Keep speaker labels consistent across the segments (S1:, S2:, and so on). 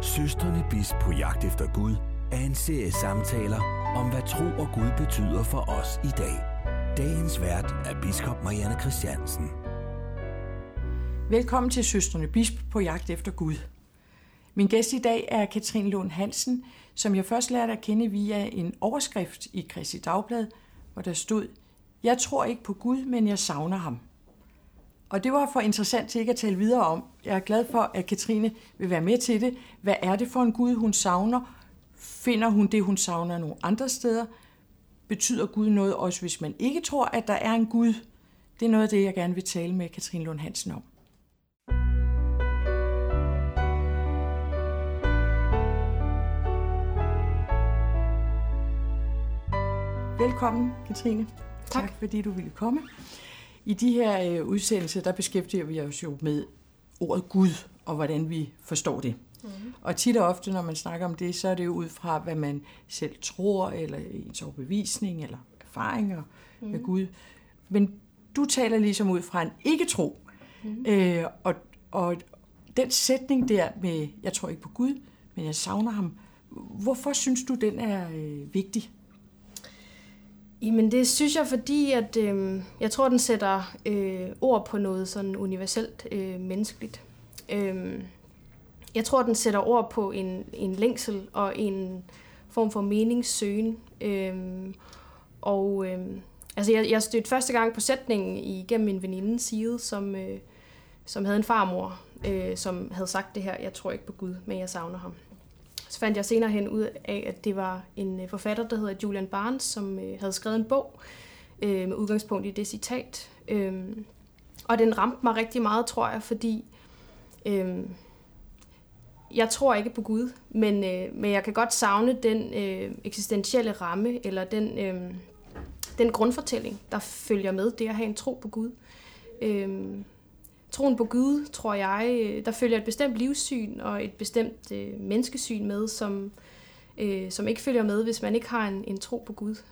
S1: Søstrene Bisp på jagt efter Gud er en serie samtaler om, hvad tro og Gud betyder for os i dag. Dagens vært er biskop Marianne Christiansen.
S2: Velkommen til Søstrene Bisp på jagt efter Gud. Min gæst i dag er Katrine Lund Hansen, som jeg først lærte at kende via en overskrift i Kristi Dagblad, hvor der stod: "Jeg tror ikke på Gud, men jeg savner ham." Og det var for interessant til ikke at tale videre om. Jeg er glad for, at Katrine vil være med til det. Hvad er det for en Gud, hun savner? Finder hun det, hun savner nogle andre steder? Betyder Gud noget også, hvis man ikke tror, at der er en Gud? Det er noget af det, jeg gerne vil tale med Katrine Lund Hansen om. Velkommen, Katrine. Tak fordi du ville komme. I de her udsendelser, der beskæftiger vi os jo med ordet Gud, og hvordan vi forstår det. Mm-hmm. Og tit og ofte, når man snakker om det, så er det jo ud fra, hvad man selv tror, eller ens overbevisning, eller erfaringer med Gud. Men du taler ligesom ud fra en ikke-tro. Mm-hmm. Og den sætning der med, jeg tror ikke på Gud, men jeg savner ham. Hvorfor synes du, den er vigtig?
S3: Jamen det synes jeg, fordi at jeg tror, den sætter ord på noget sådan universelt menneskeligt. Jeg tror, den sætter ord på en længsel og en form for meningssøgen. Jeg stødte første gang på sætningen igennem min veninde Side, som havde en farmor, som havde sagt det her: "Jeg tror ikke på Gud, men jeg savner ham." Så fandt jeg senere hen ud af, at det var en forfatter, der hedder Julian Barnes, som havde skrevet en bog med udgangspunkt i det citat. Og den ramte mig rigtig meget, tror jeg, fordi jeg tror ikke på Gud, men jeg kan godt savne den eksistentielle ramme, eller den grundfortælling, der følger med det at have en tro på Gud. Troen på Gud, tror jeg, der følger et bestemt livssyn og et bestemt menneskesyn med, som ikke følger med, hvis man ikke har en tro på Gud.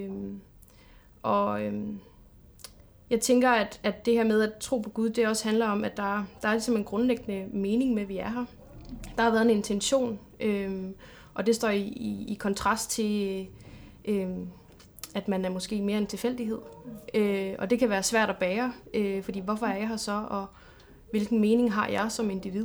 S3: Jeg tænker, at det her med at tro på Gud, det også handler om, at der er ligesom en grundlæggende mening med, at vi er her. Der har været en intention, og det står i kontrast til, at man er måske mere en tilfældighed. Og det kan være svært at bære, fordi hvorfor er jeg her så, og hvilken mening har jeg som individ?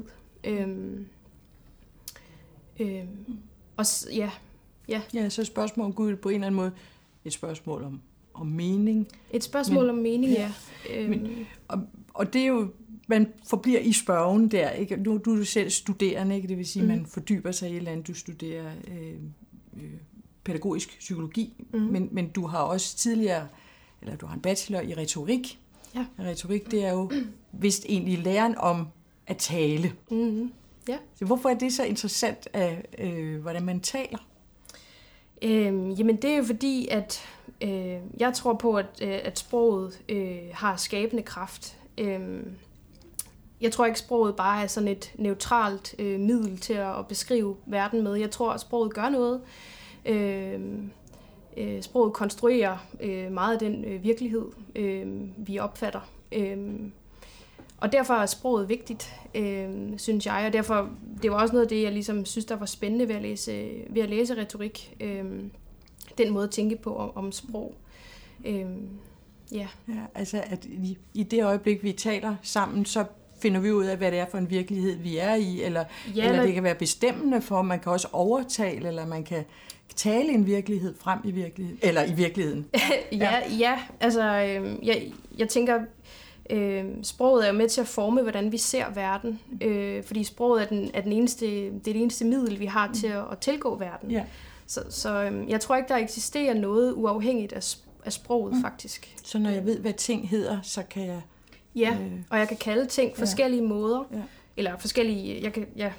S2: Ja, så spørgsmål om Gud på en eller anden måde et spørgsmål om mening.
S3: Et spørgsmål om mening, ja.
S2: Og det er jo, man forbliver i spørgen der, ikke? Nu er du selv studerende, ikke? Det vil sige, man fordyber sig i et eller andet, du studerer pædagogisk psykologi, men du har også tidligere, eller du har en bachelor i retorik. Ja. Retorik, det er jo vist egentlig læren om at tale.
S3: Mm-hmm. Ja.
S2: Så hvorfor er det så interessant, hvordan man taler?
S3: Jamen det er jo fordi, at jeg tror på, at sproget har skabende kraft. Jeg tror ikke, sproget bare er sådan et neutralt middel til at beskrive verden med. Jeg tror, at sproget gør noget. Sproget konstruerer meget af den virkelighed, vi opfatter. Og derfor er sproget vigtigt, synes jeg. Og derfor, det var også noget af det, jeg ligesom synes, der var spændende ved at læse retorik. Den måde at tænke på om sprog.
S2: Ja, altså at i det øjeblik, vi taler sammen, så finder vi ud af, hvad det er for en virkelighed, vi er i, eller det kan være bestemmende for, man kan også overtale, eller man kan tale en virkelighed frem i virkeligheden, eller i virkeligheden.
S3: Altså, jeg tænker, sproget er jo med til at forme, hvordan vi ser verden, fordi sproget er det eneste middel, vi har til at tilgå verden. Ja. Så jeg tror ikke, der eksisterer noget uafhængigt af sproget, faktisk.
S2: Så når jeg ved, hvad ting hedder, så kan jeg...
S3: Ja, og jeg kan kalde ting forskellige måder, eller forskellige...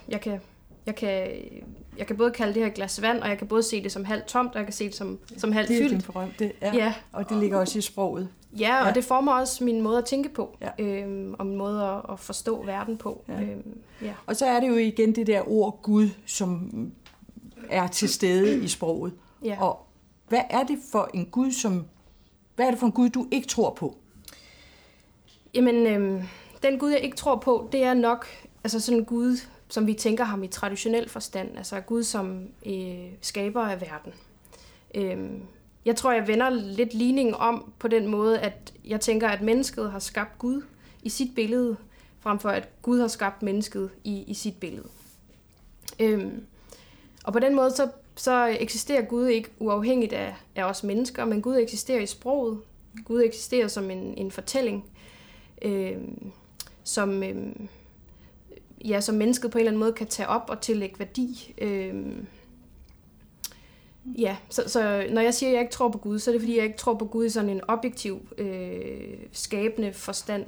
S3: Jeg kan både kalde det her glas vand, og jeg kan både se det som halvt tomt, og jeg kan se det som halvt fyldt.
S2: Det er berømte, ja. Og det ligger også i sproget.
S3: Ja, og det former også min måde at tænke på, og min måde at forstå verden på.
S2: Ja. Og så er det jo igen det der ord Gud, som er til stede i sproget. Ja. Og hvad er det for en Gud, du ikke tror på?
S3: Jamen, den Gud, jeg ikke tror på, det er nok altså sådan en Gud, som vi tænker ham i traditionel forstand, altså Gud som skaber af verden. Jeg tror, jeg vender lidt ligningen om på den måde, at jeg tænker, at mennesket har skabt Gud i sit billede, frem for at Gud har skabt mennesket i sit billede. Og på den måde, så eksisterer Gud ikke uafhængigt af os mennesker, men Gud eksisterer i sproget. Gud eksisterer som en fortælling, som mennesket på en eller anden måde kan tage op og tillægge værdi. Så når jeg siger, at jeg ikke tror på Gud, så er det fordi, jeg ikke tror på Gud i sådan en objektiv, skabende forstand.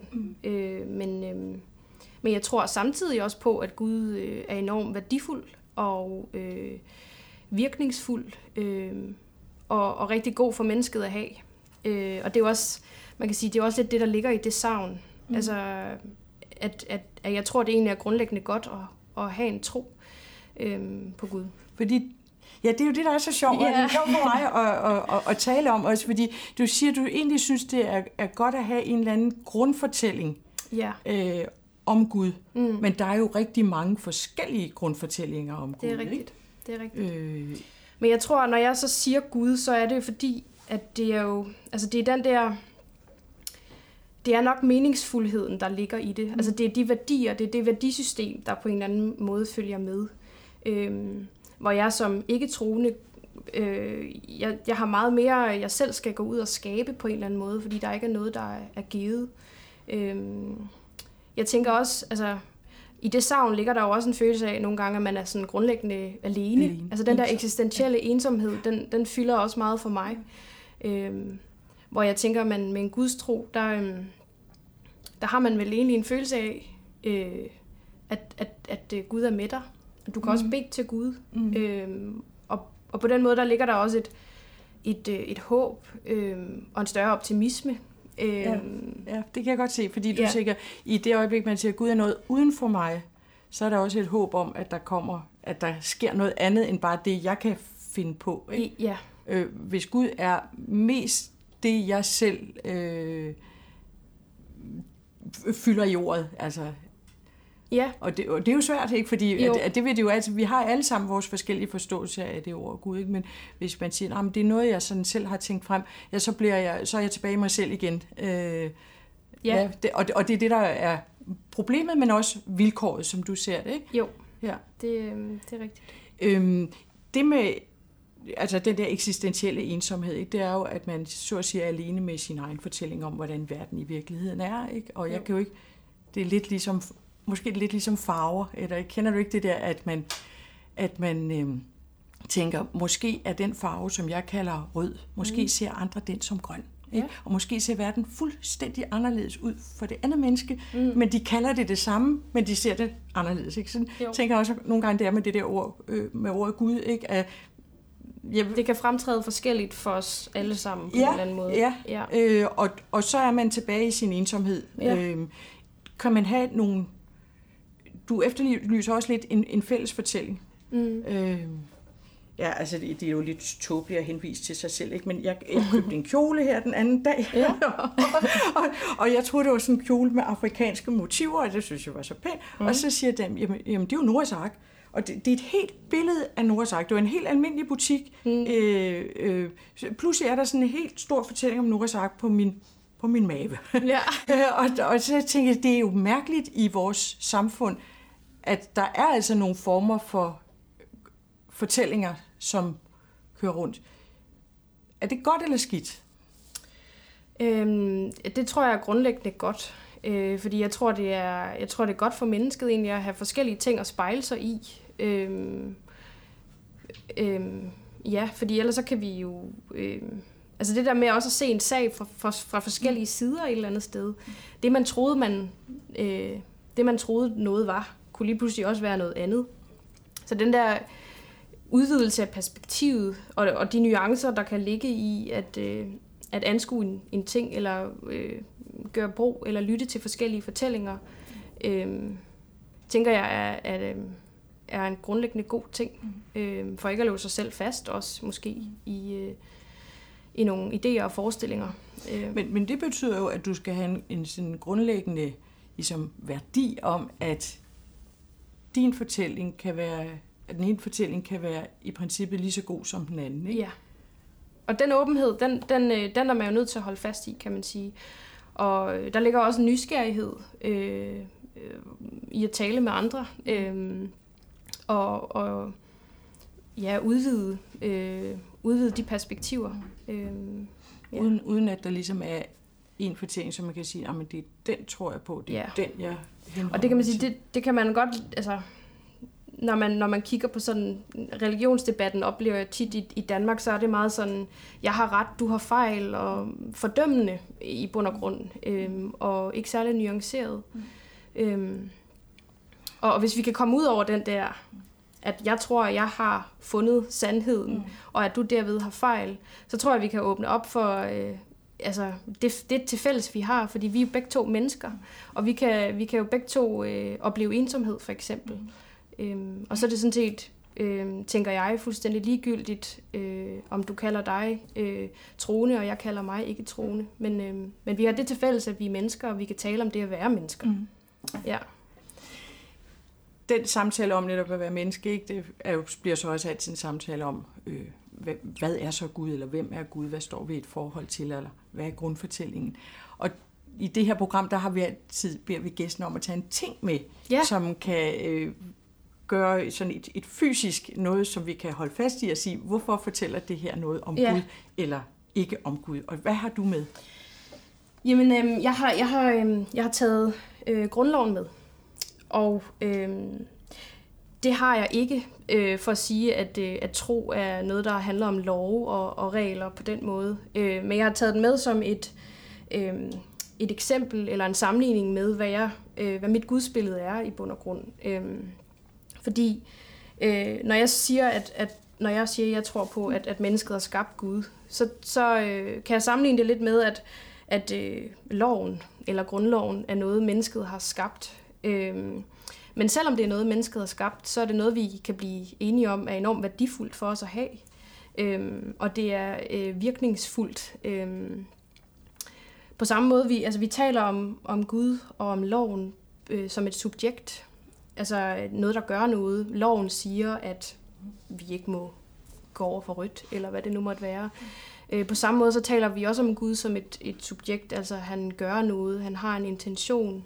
S3: Men jeg tror samtidig også på, at Gud er enormt værdifuld og virkningsfuld og rigtig god for mennesket at have. Og det er jo også, man kan sige, det er også lidt det, der ligger i det savn. Altså, at jeg tror, det egentlig er grundlæggende godt at have en tro på Gud.
S2: Fordi ja, det er jo det, der er så sjovt, og det er sjovt for mig at tale om også, fordi du siger, at du egentlig synes, det er godt at have en eller anden grundfortælling om Gud. Men der er jo rigtig mange forskellige grundfortællinger om Gud.
S3: Det er rigtigt. Det er rigtigt. Men jeg tror, når jeg så siger Gud, så er det jo fordi, at det er jo, altså det er den der, det er nok meningsfuldheden, der ligger i det. Altså det er de værdier, det er det værdisystem, der på en eller anden måde følger med. Hvor jeg som ikke-troende, jeg har meget mere, jeg selv skal gå ud og skabe på en eller anden måde, fordi der ikke er noget, der er givet. Jeg tænker også, altså i det savn ligger der jo også en følelse af nogle gange, at man er sådan grundlæggende alene. Altså den der eksistentielle ensomhed, den fylder også meget for mig. Hvor jeg tænker, at man med en gudstro, der har man vel egentlig en følelse af, at Gud er med dig. Du kan også bede til Gud. Og på den måde, der ligger der også et håb og en større optimisme.
S2: Ja, det kan jeg godt se, fordi du sikkert i det øjeblik, man siger, at Gud er noget uden for mig, så er der også et håb om, at der sker noget andet, end bare det, jeg kan finde på. Ikke?
S3: Ja.
S2: Hvis Gud er mest det, jeg selv fylder i ordet, altså.
S3: Ja.
S2: Og det er jo svært, ikke? Fordi det ved det jo altid. Vi har alle sammen vores forskellige forståelser af det ord Gud, ikke? Men hvis man siger, at det er noget, jeg sådan selv har tænkt frem, ja, så er jeg tilbage i mig selv igen. Og det er det, der er problemet, men også vilkåret, som du ser det, ikke?
S3: Jo,
S2: ja.
S3: Det er rigtigt.
S2: Det med altså den der eksistentielle ensomhed, ikke? Det er jo, at man så at sige er alene med sin egen fortælling om, hvordan verden i virkeligheden er, ikke? Og jeg kan jo ikke, det er lidt ligesom måske lidt ligesom farver, eller kender du ikke det der, at man tænker, måske er den farve, som jeg kalder rød, måske ser andre den som grøn. Ikke? Og måske ser verden fuldstændig anderledes ud for det andet menneske, men de kalder det samme, men de ser det anderledes. Ikke? Sådan tænker jeg også nogle gange der med det der ord, med ordet Gud, ikke? At
S3: det kan fremtræde forskelligt for os alle sammen på en eller anden måde.
S2: Ja. Og så er man tilbage i sin ensomhed. Ja. Kan man have nogle... Du efterlyser også lidt en fælles fortælling. Ja, altså det er jo lidt tåbeligt at henvise til sig selv, ikke? Men jeg købte en kjole her den anden dag, og jeg troede, det var sådan en kjole med afrikanske motiver, og det synes jeg var så pænt. Og så siger den, jamen det er jo Noahs ark. Og det er et helt billede af Noahs ark. Det var en helt almindelig butik. Pludselig er der sådan en helt stor fortælling om Noahs ark på min mave. Ja. og så tænker jeg, det er jo mærkeligt i vores samfund, at der er altså nogle former for fortællinger, som kører rundt. Er det godt eller skidt?
S3: Det tror jeg er grundlæggende godt. Fordi jeg tror, det er godt for mennesket egentlig at have forskellige ting at spejle sig i. Ja, fordi ellers så kan vi jo... altså det der med også at se en sag fra forskellige sider et eller andet sted. Det man troede noget var, kunne lige pludselig også være noget andet. Så den der udvidelse af perspektivet og de nuancer, der kan ligge i at anskue en ting, eller gøre brug, eller lytte til forskellige fortællinger, tænker jeg er en grundlæggende god ting. For ikke at låse sig selv fast, også måske i nogle idéer og forestillinger.
S2: Men det betyder jo, at du skal have en sådan grundlæggende ligesom, værdi om, at din fortælling kan være, at den ene fortælling kan være i princippet lige så god som den anden, ikke?
S3: Ja. Og den åbenhed, den er man jo nødt til at holde fast i, kan man sige. Og der ligger også en nysgerrighed i at tale med andre. Og ja, udvide de perspektiver.
S2: Ja. Uden at der ligesom er en fortælling, som man kan sige, men det er den, tror jeg på, det er den, jeg henholder.
S3: Og det kan man sige, det kan man godt, altså, når man kigger på sådan religionsdebatten, oplever jeg tit i Danmark, så er det meget sådan, jeg har ret, du har fejl, og fordømmende i bund og grund, og ikke særlig nuanceret. Og hvis vi kan komme ud over den der, at jeg tror, at jeg har fundet sandheden, og at du derved har fejl, så tror jeg, vi kan åbne op for det til fælles, vi har, fordi vi er begge to mennesker, og vi kan jo begge to opleve ensomhed, for eksempel. Og så er det sådan set, tænker jeg, fuldstændig ligegyldigt, om du kalder dig troende, og jeg kalder mig ikke troende. Men vi har det til fælles, at vi er mennesker, og vi kan tale om det at være mennesker. Ja.
S2: Den samtale om netop at være menneske, ikke, det bliver så også altid en samtale om, hvad er så Gud, eller hvem er Gud, hvad står vi i et forhold til, eller hvad er grundfortællingen. Og i det her program, der har vi altid, beder vi gæsten om at tage en ting med, som kan gøre sådan et fysisk noget, som vi kan holde fast i og sige, hvorfor fortæller det her noget om Gud, eller ikke om Gud. Og hvad har du med?
S3: Jamen, jeg har taget grundloven med. Og det har jeg ikke for at sige, at tro er noget, der handler om love og regler på den måde. Men jeg har taget den med som et eksempel eller en sammenligning med, hvad mit gudsbillede er i bund og grund. Fordi når jeg siger, at jeg tror på, at mennesket har skabt Gud, så kan jeg sammenligne det lidt med, at loven eller grundloven er noget, mennesket har skabt. Men selvom det er noget, mennesket har skabt, så er det noget, vi kan blive enige om, er enormt værdifuldt for os at have. Og det er virkningsfuldt. På samme måde, vi taler om Gud og om loven som et subjekt. Altså noget, der gør noget. Loven siger, at vi ikke må gå over for rødt, eller hvad det nu måtte være. På samme måde, så taler vi også om Gud som et subjekt. Altså han gør noget, han har en intention.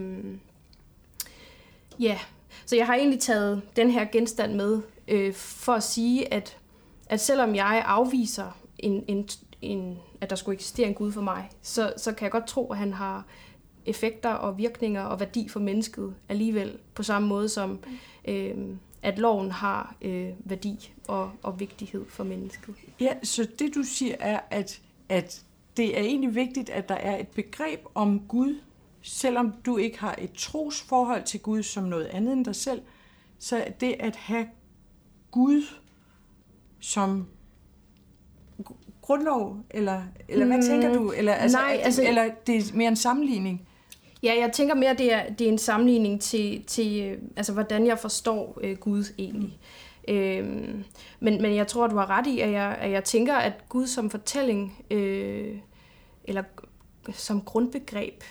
S3: Så jeg har egentlig taget den her genstand med for at sige, at selvom jeg afviser at der skulle eksistere en Gud for mig, så kan jeg godt tro, at han har effekter og virkninger og værdi for mennesket alligevel, på samme måde som at loven har værdi og vigtighed for mennesket.
S2: Ja, så det du siger er, at det er egentlig vigtigt, at der er et begreb om Gud, selvom du ikke har et trosforhold til Gud som noget andet end dig selv, så det at have Gud som grundlov, eller hvad tænker du? Eller, eller det er mere en sammenligning?
S3: Ja, jeg tænker mere, det er en sammenligning til altså, hvordan jeg forstår Gud egentlig. Men jeg tror, du har ret i, at jeg tænker, at Gud som fortælling, eller som grundbegreb,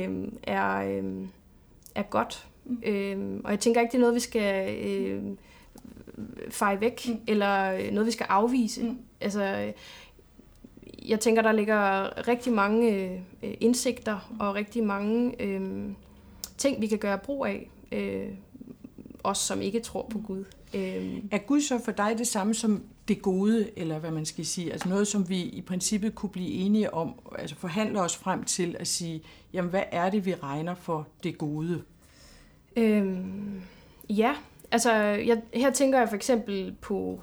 S3: er godt. Og jeg tænker ikke, det er noget, vi skal feje væk, eller noget, vi skal afvise. Altså, jeg tænker, der ligger rigtig mange indsigter og rigtig mange ting, vi kan gøre brug af, os som ikke tror på Gud.
S2: Er Gud så for dig det samme som det gode, eller hvad man skal sige? Altså noget, som vi i princippet kunne blive enige om, altså forhandle os frem til at sige, jamen hvad er det, vi regner for det gode?
S3: Ja, altså her tænker jeg for eksempel på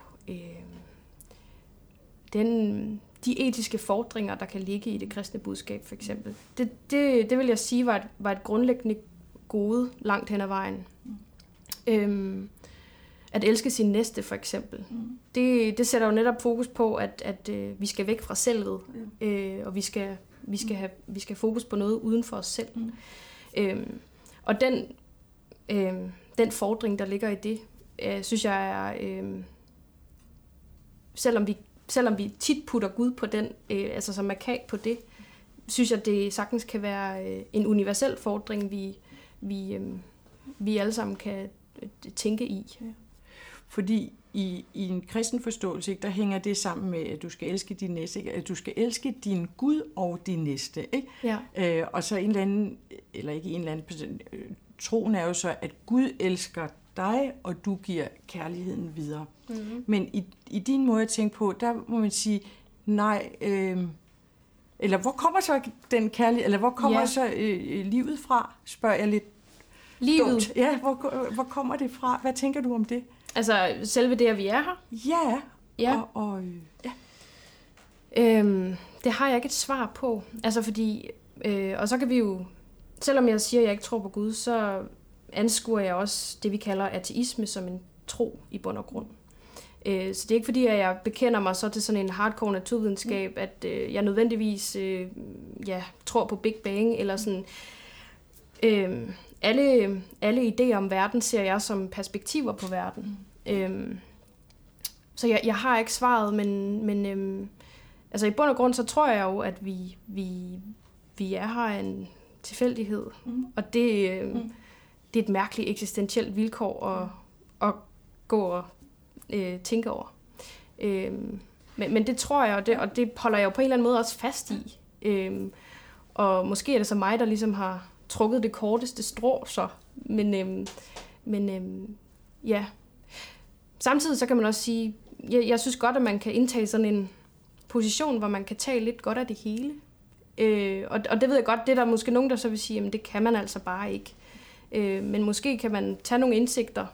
S3: de etiske fordringer, der kan ligge i det kristne budskab, for eksempel. Det vil jeg sige var et grundlæggende gode langt hen ad vejen. At elske sin næste, for eksempel. Det sætter jo netop fokus på, at vi skal væk fra selvet, og vi skal have fokus på noget uden for os selv. Og den fordring, der ligger i det, synes jeg er, selvom vi tit putter Gud på den, altså som markat på det, synes jeg, det sagtens kan være en universel fordring, vi alle sammen tænke i. Ja.
S2: Fordi i en kristen forståelse, ikke, der hænger det sammen med, at du skal elske din næste, ikke? At du skal elske din Gud og din næste. Ikke?
S3: Ja.
S2: Og så en eller anden, eller ikke en eller anden, troen er jo så, at Gud elsker dig, og du giver kærligheden videre. Mm-hmm. Men i din måde at tænke på, der må man sige, nej, eller hvor kommer så den kærlighed, eller hvor kommer så livet fra, spørger jeg lidt.
S3: Livet?
S2: Dumt. Ja, hvor kommer det fra? Hvad tænker du om det?
S3: Altså selve det, at vi er her?
S2: Ja.
S3: Ja. Det har jeg ikke et svar på. Altså fordi, og så kan vi jo, selvom jeg siger, at jeg ikke tror på Gud, så anskuer jeg også det, vi kalder ateisme som en tro i bund og grund. Så det er ikke fordi, at jeg bekender mig så til sådan en hardcore naturvidenskab, at jeg nødvendigvis tror på Big Bang, eller sådan. Alle idéer om verden ser jeg som perspektiver på verden. Så jeg har ikke svaret, men altså i bund og grund, så tror jeg jo, at vi er her af en tilfældighed. Og det er et mærkeligt eksistentielt vilkår at gå og tænke over. Men det tror jeg, og det holder jeg jo på en eller anden måde også fast i. Og måske er det så mig, der ligesom har trukket det korteste strå, så. Men samtidig så kan man også sige, jeg synes godt, at man kan indtage sådan en position, hvor man kan tage lidt godt af det hele. Og det ved jeg godt, det er der måske nogen, der så vil sige, jamen det kan man altså bare ikke. Men måske kan man tage nogle indsigter,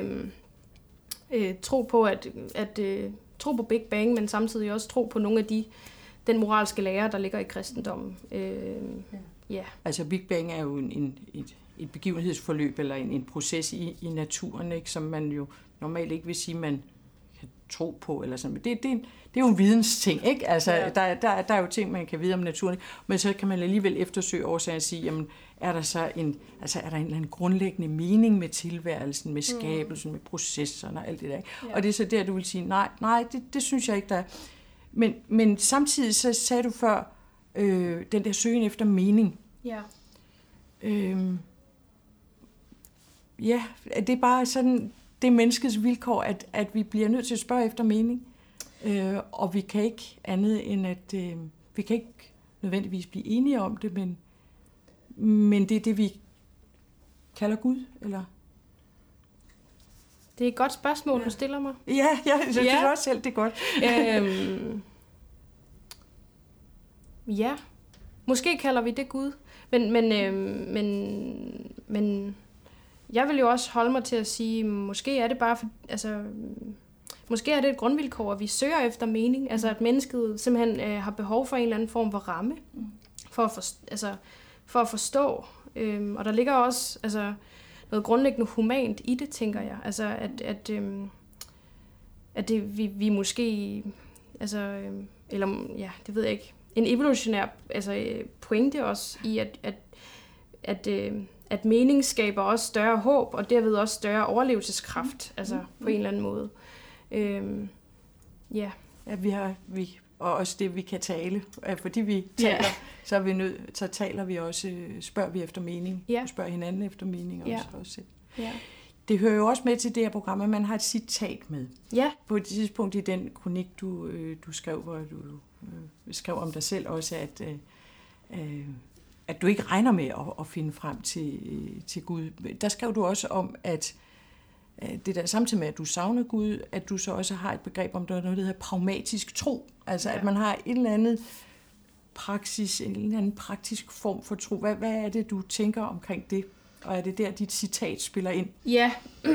S3: tro på Big Bang, men samtidig også tro på nogle af den moralske lære, der ligger i kristendommen. Ja.
S2: Altså Big Bang er jo et begivenhedsforløb eller en proces i naturen, ikke, som man jo normalt ikke vil sige, man kan tro på. Eller sådan. Det er jo en vidensting. Ikke? Altså, der er jo ting, man kan vide om naturen, ikke? Men så kan man alligevel eftersøge årsagen og sige, jamen, er der en eller anden grundlæggende mening med tilværelsen, med skabelsen, med processerne og alt det der. Ikke? Ja. Og det er så der, du vil sige, nej, det synes jeg ikke, der er. Men samtidig så sagde du før, den der søgen efter mening.
S3: Ja.
S2: Det er bare sådan, det er menneskets vilkår, at vi bliver nødt til at spørge efter mening. Og vi kan ikke andet end at, vi kan ikke nødvendigvis blive enige om det, men det er det, vi kalder Gud, eller?
S3: Det er et godt spørgsmål, du stiller mig.
S2: Ja, jeg synes også selv, det er godt.
S3: Ja, måske kalder vi det Gud, men jeg vil jo også holde mig til at sige, måske er det bare, måske er det et grundvilkår, at vi søger efter mening, altså at mennesket simpelthen har behov for en eller anden form for ramme, for at forstå, og der ligger også noget grundlæggende humant i det, tænker jeg, altså at vi måske, eller ja, det ved jeg ikke, en evolutionær pointe også i, at mening skaber også større håb, og derved også større overlevelseskraft, på en eller anden måde. Ja,
S2: og også det, vi kan tale. Fordi vi taler, så taler vi også, spørger vi efter mening, og spørger hinanden efter mening også.
S3: Ja.
S2: Det hører jo også med til det her program, at man har et citat med.
S3: Ja.
S2: På et tidspunkt i den kronik, du skrev, hvor du skrev om dig selv også, at du ikke regner med at finde frem til Gud. Der skrev du også om, at det der samtidig med, at du savner Gud, at du så også har et begreb om, noget, der hedder pragmatisk tro. Altså, at man har en eller anden praktisk form for tro. Hvad er det, du tænker omkring det? Og er det der, dit citat spiller ind?
S3: Ja,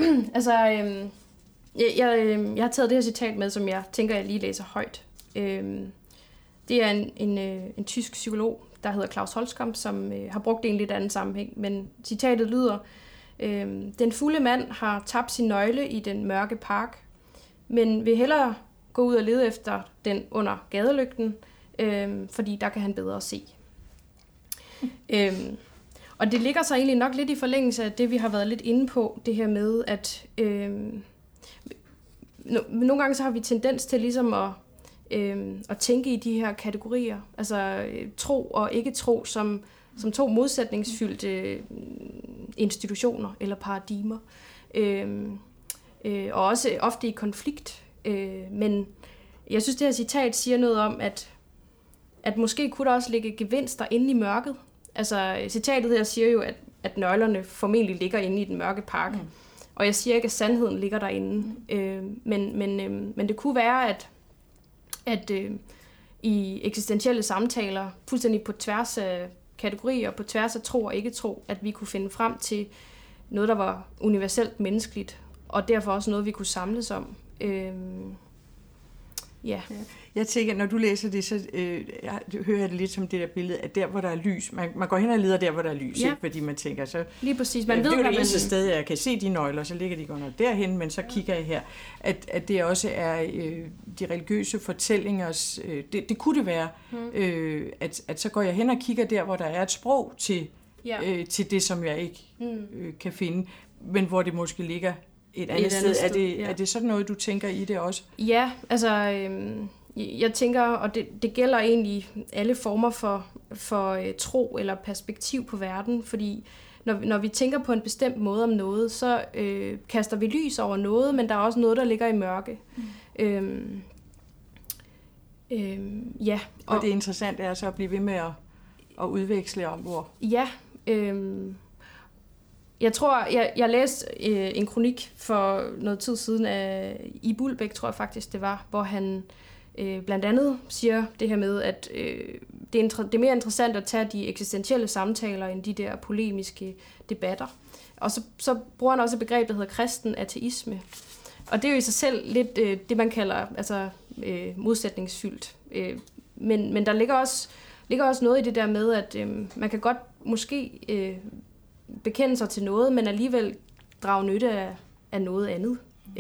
S3: jeg har taget det her citat med, som jeg tænker, jeg lige læser højt. Det er en tysk psykolog, der hedder Klaus Holzkamp, som har brugt det i en lidt anden sammenhæng. Men citatet lyder, den fulde mand har tabt sin nøgle i den mørke park, men vil hellere gå ud og lede efter den under gadelygten, fordi der kan han bedre se. Og det ligger så egentlig nok lidt i forlængelse af det, vi har været lidt inde på, det her med, at nogle gange så har vi tendens til ligesom at tænke i de her kategorier, altså tro og ikke tro, som to modsætningsfyldte institutioner eller paradigmer. Og også ofte i konflikt. Men jeg synes, det her citat siger noget om, at måske kunne der også ligge gevinster inde i mørket. Altså, citatet her siger jo, at nøglerne formentlig ligger inde i den mørke park. Og jeg siger ikke, at sandheden ligger derinde. Men det kunne være, at i eksistentielle samtaler, fuldstændig på tværs af kategorier, på tværs af tro og ikke-tro, at vi kunne finde frem til noget, der var universelt menneskeligt, og derfor også noget, vi kunne samles om. Ja.
S2: Jeg tænker, når du læser det, så hører jeg det lidt som det der billede, at der, hvor der er lys, man går hen og leder der, hvor der er lys, ikke? Fordi man tænker, så
S3: lige præcis. Man ved,
S2: det er det eneste sted, jeg kan se de nøgler, så ligger de godt nok derhen, men så kigger jeg her, at det også er de religiøse fortællingers, det kunne det være, at så går jeg hen og kigger der, hvor der er et sprog til det, som jeg ikke kan finde, men hvor det måske ligger et andet sted. Er det sådan noget, du tænker i det også?
S3: Ja, altså jeg tænker, og det gælder egentlig alle former for tro eller perspektiv på verden, fordi når vi tænker på en bestemt måde om noget, så kaster vi lys over noget, men der er også noget, der ligger i mørke. Ja.
S2: Og det interessante er så at blive ved med at udveksle om, hvor...
S3: Ja, jeg tror, jeg læste en kronik for noget tid siden af Ib Ulbæk, tror jeg faktisk det var, hvor han blandt andet siger det her med, at det er mere interessant at tage de eksistentielle samtaler end de der polemiske debatter. Og så bruger han også et begreb, der hedder kristen ateisme. Og det er jo i sig selv lidt det, man kalder modsætningsfyldt. Men der ligger også noget i det der med, at man kan godt måske bekende sig til noget, men alligevel drage nytte af noget andet.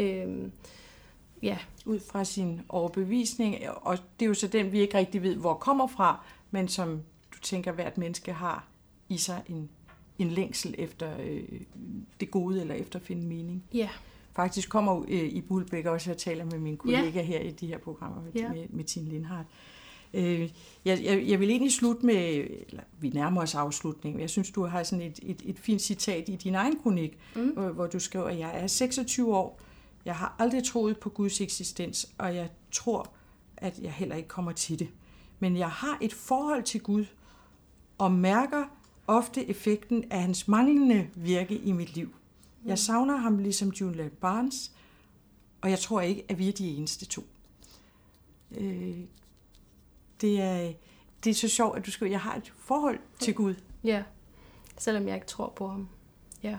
S2: Ud fra sin overbevisning, og det er jo så den, vi ikke rigtig ved, hvor kommer fra, men som du tænker, hvert menneske har i sig en længsel efter det gode, eller efter at finde mening.
S3: Ja.
S2: Faktisk kommer Ib Ulbæk også, jeg taler med mine kollegaer her i de her programmer med Tine Lindhardt. Jeg vil egentlig slutte med, eller vi nærmer os afslutningen, jeg synes, du har sådan et fint citat i din egen kronik, hvor du skriver, at jeg er 26 år, jeg har aldrig troet på Guds eksistens, og jeg tror, at jeg heller ikke kommer til det. Men jeg har et forhold til Gud, og mærker ofte effekten af hans manglende virke i mit liv. Jeg savner ham ligesom Julian Barnes, og jeg tror ikke, at vi er de eneste to. Det er så sjovt, at du skriver, jeg har et forhold til Gud.
S3: Ja, selvom jeg ikke tror på ham. Ja.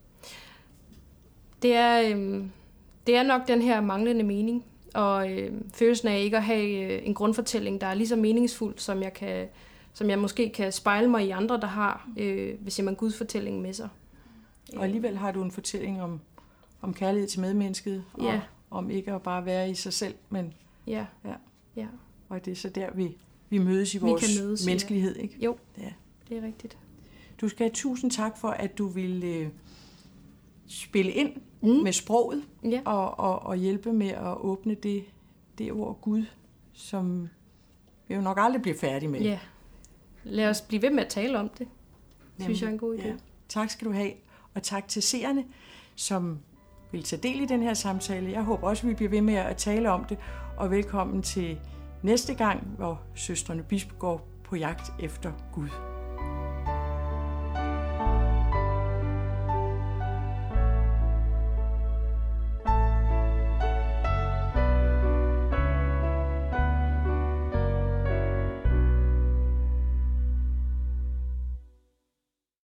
S3: Det er nok den her manglende mening, og følelsen af ikke at have en grundfortælling, der er lige så meningsfuld, som jeg måske kan spejle mig i andre, der har, hvis jeg har Guds fortælling med sig.
S2: Og alligevel har du en fortælling om kærlighed til medmennesket, og om ikke at bare være i sig selv, men
S3: ja.
S2: Og det er så der, vi mødes i vores menneskelighed, ikke?
S3: Jo, det er rigtigt.
S2: Du skal have tusind tak for, at du ville spille ind med sproget, og hjælpe med at åbne det ord Gud, som vi jo nok aldrig bliver færdige med.
S3: Ja. Lad os blive ved med at tale om det. Synes jeg er en god idé.
S2: Ja. Tak skal du have, og tak til seerne, som vil tage del i den her samtale. Jeg håber også, vi bliver ved med at tale om det, og velkommen til næste gang, hvor søstrene Bisp går på jagt efter Gud.